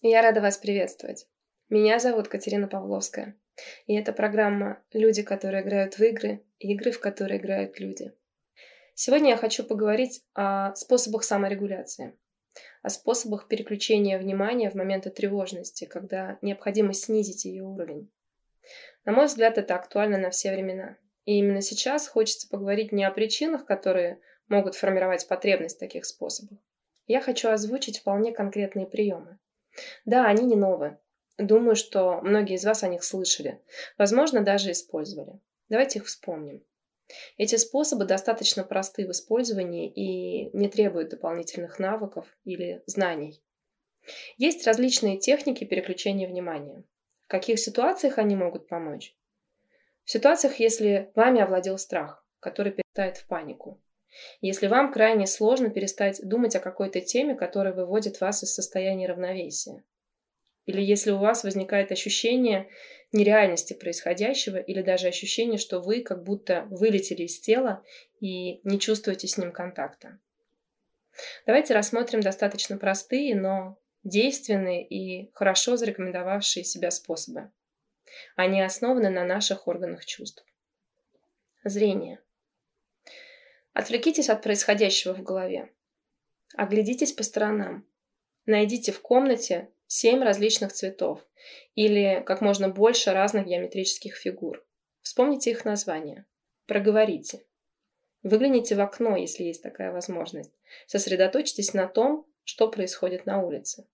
Я рада вас приветствовать. Меня зовут Катерина Павловская, и это программа «Люди, которые играют в игры, и игры, в которые играют люди». Сегодня я хочу поговорить о способах саморегуляции, о способах переключения внимания в моменты тревожности, когда необходимо снизить ее уровень. На мой взгляд, это актуально на все времена. И именно сейчас хочется поговорить не о причинах, которые могут формировать потребность в таких способах. Я хочу озвучить вполне конкретные приемы. Да, они не новые. Думаю, что многие из вас о них слышали. Возможно, даже использовали. Давайте их вспомним. Эти способы достаточно просты в использовании и не требуют дополнительных навыков или знаний. Есть различные техники переключения внимания. В каких ситуациях они могут помочь? В ситуациях, если вами овладел страх, который перерастает в панику. Если вам крайне сложно перестать думать о какой-то теме, которая выводит вас из состояния равновесия. Или если у вас возникает ощущение нереальности происходящего, или даже ощущение, что вы как будто вылетели из тела и не чувствуете с ним контакта. Давайте рассмотрим достаточно простые, но действенные и хорошо зарекомендовавшие себя способы. Они основаны на наших органах чувств. Зрение. Отвлекитесь от происходящего в голове. Оглядитесь по сторонам. Найдите в комнате 7 различных цветов или как можно больше разных геометрических фигур. Вспомните их названия. Проговорите. Выгляните в окно, если есть такая возможность. Сосредоточьтесь на том, что происходит на улице.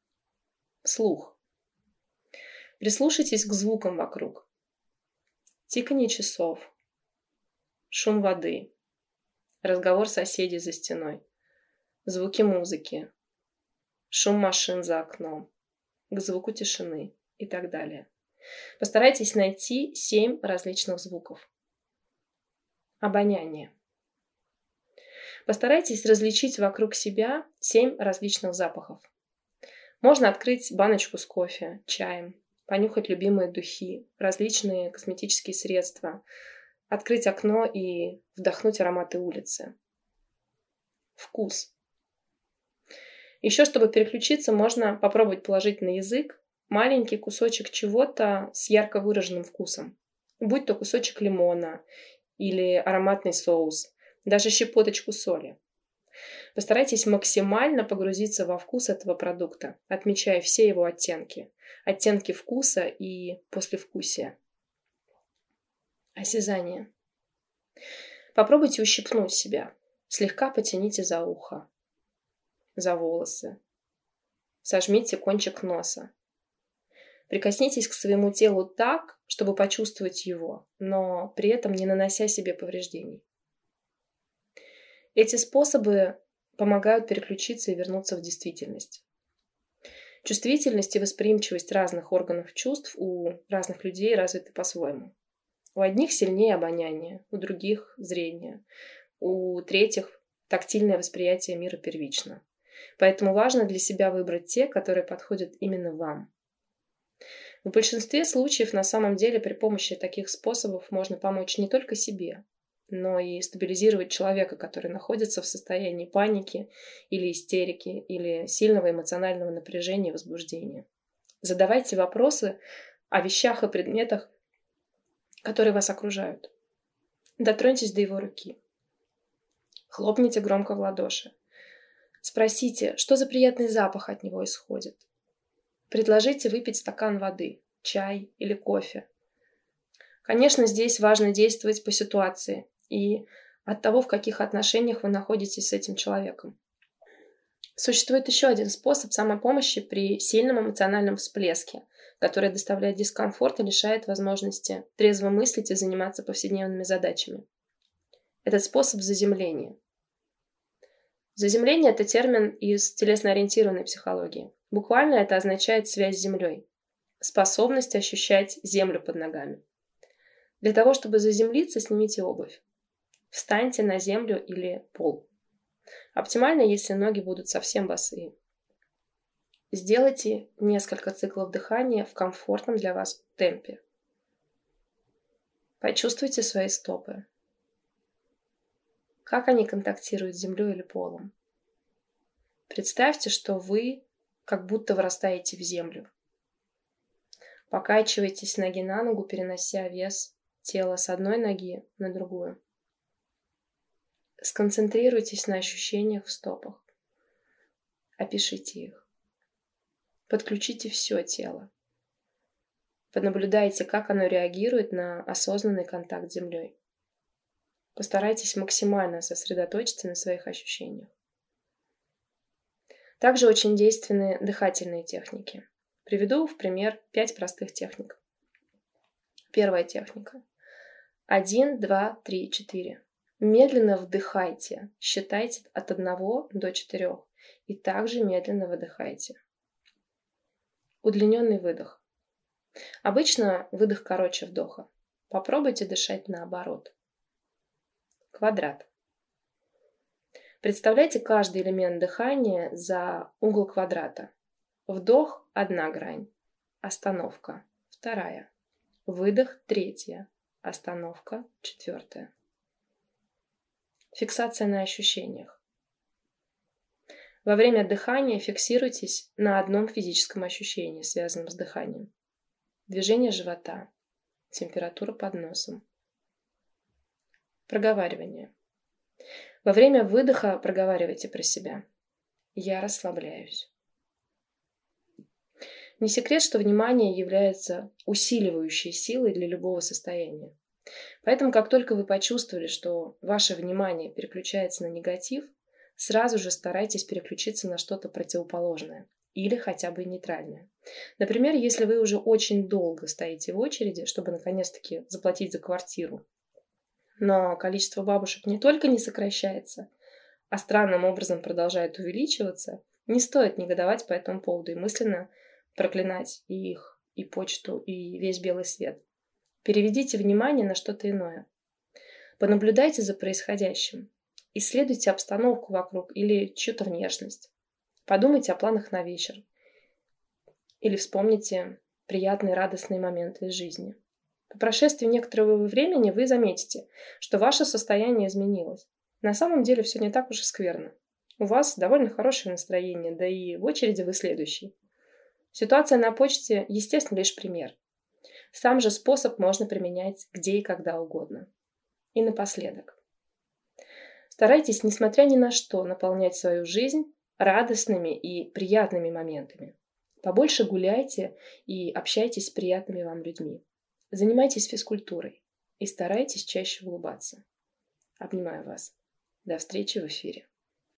Слух. Прислушайтесь к звукам вокруг. Тиканье часов. Шум воды. Разговор соседей за стеной. Звуки музыки. Шум машин за окном. К звуку тишины и так далее. Постарайтесь найти 7 различных звуков. Обоняние. Постарайтесь различить вокруг себя 7 различных запахов. Можно открыть баночку с кофе, чаем, понюхать любимые духи, различные косметические средства, открыть окно и вдохнуть ароматы улицы. Вкус. Еще, чтобы переключиться, можно попробовать положить на язык маленький кусочек чего-то с ярко выраженным вкусом. Будь то кусочек лимона или ароматный соус, даже щепоточку соли. Постарайтесь максимально погрузиться во вкус этого продукта, отмечая все его оттенки. Оттенки вкуса и послевкусия. Осязание. Попробуйте ущипнуть себя. Слегка потяните за ухо, за волосы. Сожмите кончик носа. Прикоснитесь к своему телу так, чтобы почувствовать его, но при этом не нанося себе повреждений. Эти способы помогают переключиться и вернуться в действительность. Чувствительность и восприимчивость разных органов чувств у разных людей развиты по-своему. У одних сильнее обоняние, у других – зрение, у третьих – тактильное восприятие мира первично. Поэтому важно для себя выбрать те, которые подходят именно вам. В большинстве случаев на самом деле при помощи таких способов можно помочь не только себе, но и стабилизировать человека, который находится в состоянии паники или истерики, или сильного эмоционального напряжения и возбуждения. Задавайте вопросы о вещах и предметах, которые вас окружают. Дотроньтесь до его руки. Хлопните громко в ладоши. Спросите, что за приятный запах от него исходит. Предложите выпить стакан воды, чай или кофе. Конечно, здесь важно действовать по ситуации и от того, в каких отношениях вы находитесь с этим человеком. Существует еще один способ самопомощи при сильном эмоциональном всплеске, который доставляет дискомфорт и лишает возможности трезво мыслить и заниматься повседневными задачами. Этот способ заземления. Заземление – это термин из телесно-ориентированной психологии. Буквально это означает связь с землей, способность ощущать землю под ногами. Для того, чтобы заземлиться, снимите обувь. Встаньте на землю или пол. Оптимально, если ноги будут совсем босые. Сделайте несколько циклов дыхания в комфортном для вас темпе. Почувствуйте свои стопы. Как они контактируют с землей или полом. Представьте, что вы как будто вырастаете в землю. Покачивайтесь с ноги на ногу, перенося вес тела с одной ноги на другую. Сконцентрируйтесь на ощущениях в стопах. Опишите их. Подключите все тело. Понаблюдайте, как оно реагирует на осознанный контакт с землей. Постарайтесь максимально сосредоточиться на своих ощущениях. Также очень действенны дыхательные техники. Приведу в пример 5 простых техник. Первая техника. 1, 2, 3, 4. Медленно вдыхайте. Считайте от 1 до 4. И также медленно выдыхайте. Удлиненный выдох. Обычно выдох короче вдоха. Попробуйте дышать наоборот. Квадрат. Представляйте каждый элемент дыхания за угол квадрата. Вдох – 1 грань. Остановка – 2. Выдох – 3. Остановка – 4. Фиксация на ощущениях. Во время дыхания фиксируйтесь на одном физическом ощущении, связанном с дыханием. Движение живота, температура под носом. Проговаривание. Во время выдоха проговаривайте про себя. Я расслабляюсь. Не секрет, что внимание является усиливающей силой для любого состояния. Поэтому, как только вы почувствовали, что ваше внимание переключается на негатив, сразу же старайтесь переключиться на что-то противоположное или хотя бы нейтральное. Например, если вы уже очень долго стоите в очереди, чтобы наконец-таки заплатить за квартиру, но количество бабушек не только не сокращается, а странным образом продолжает увеличиваться, не стоит негодовать по этому поводу и мысленно проклинать и их, и почту, и весь белый свет. Переведите внимание на что-то иное. Понаблюдайте за происходящим. Исследуйте обстановку вокруг или чью-то внешность. Подумайте о планах на вечер. Или вспомните приятные радостные моменты из жизни. По прошествии некоторого времени вы заметите, что ваше состояние изменилось. На самом деле все не так уж и скверно. У вас довольно хорошее настроение, да и в очереди вы следующий. Ситуация на почте, естественно, лишь пример. Сам же способ можно применять где и когда угодно. И напоследок. Старайтесь, несмотря ни на что, наполнять свою жизнь радостными и приятными моментами. Побольше гуляйте и общайтесь с приятными вам людьми. Занимайтесь физкультурой и старайтесь чаще улыбаться. Обнимаю вас. До встречи в эфире.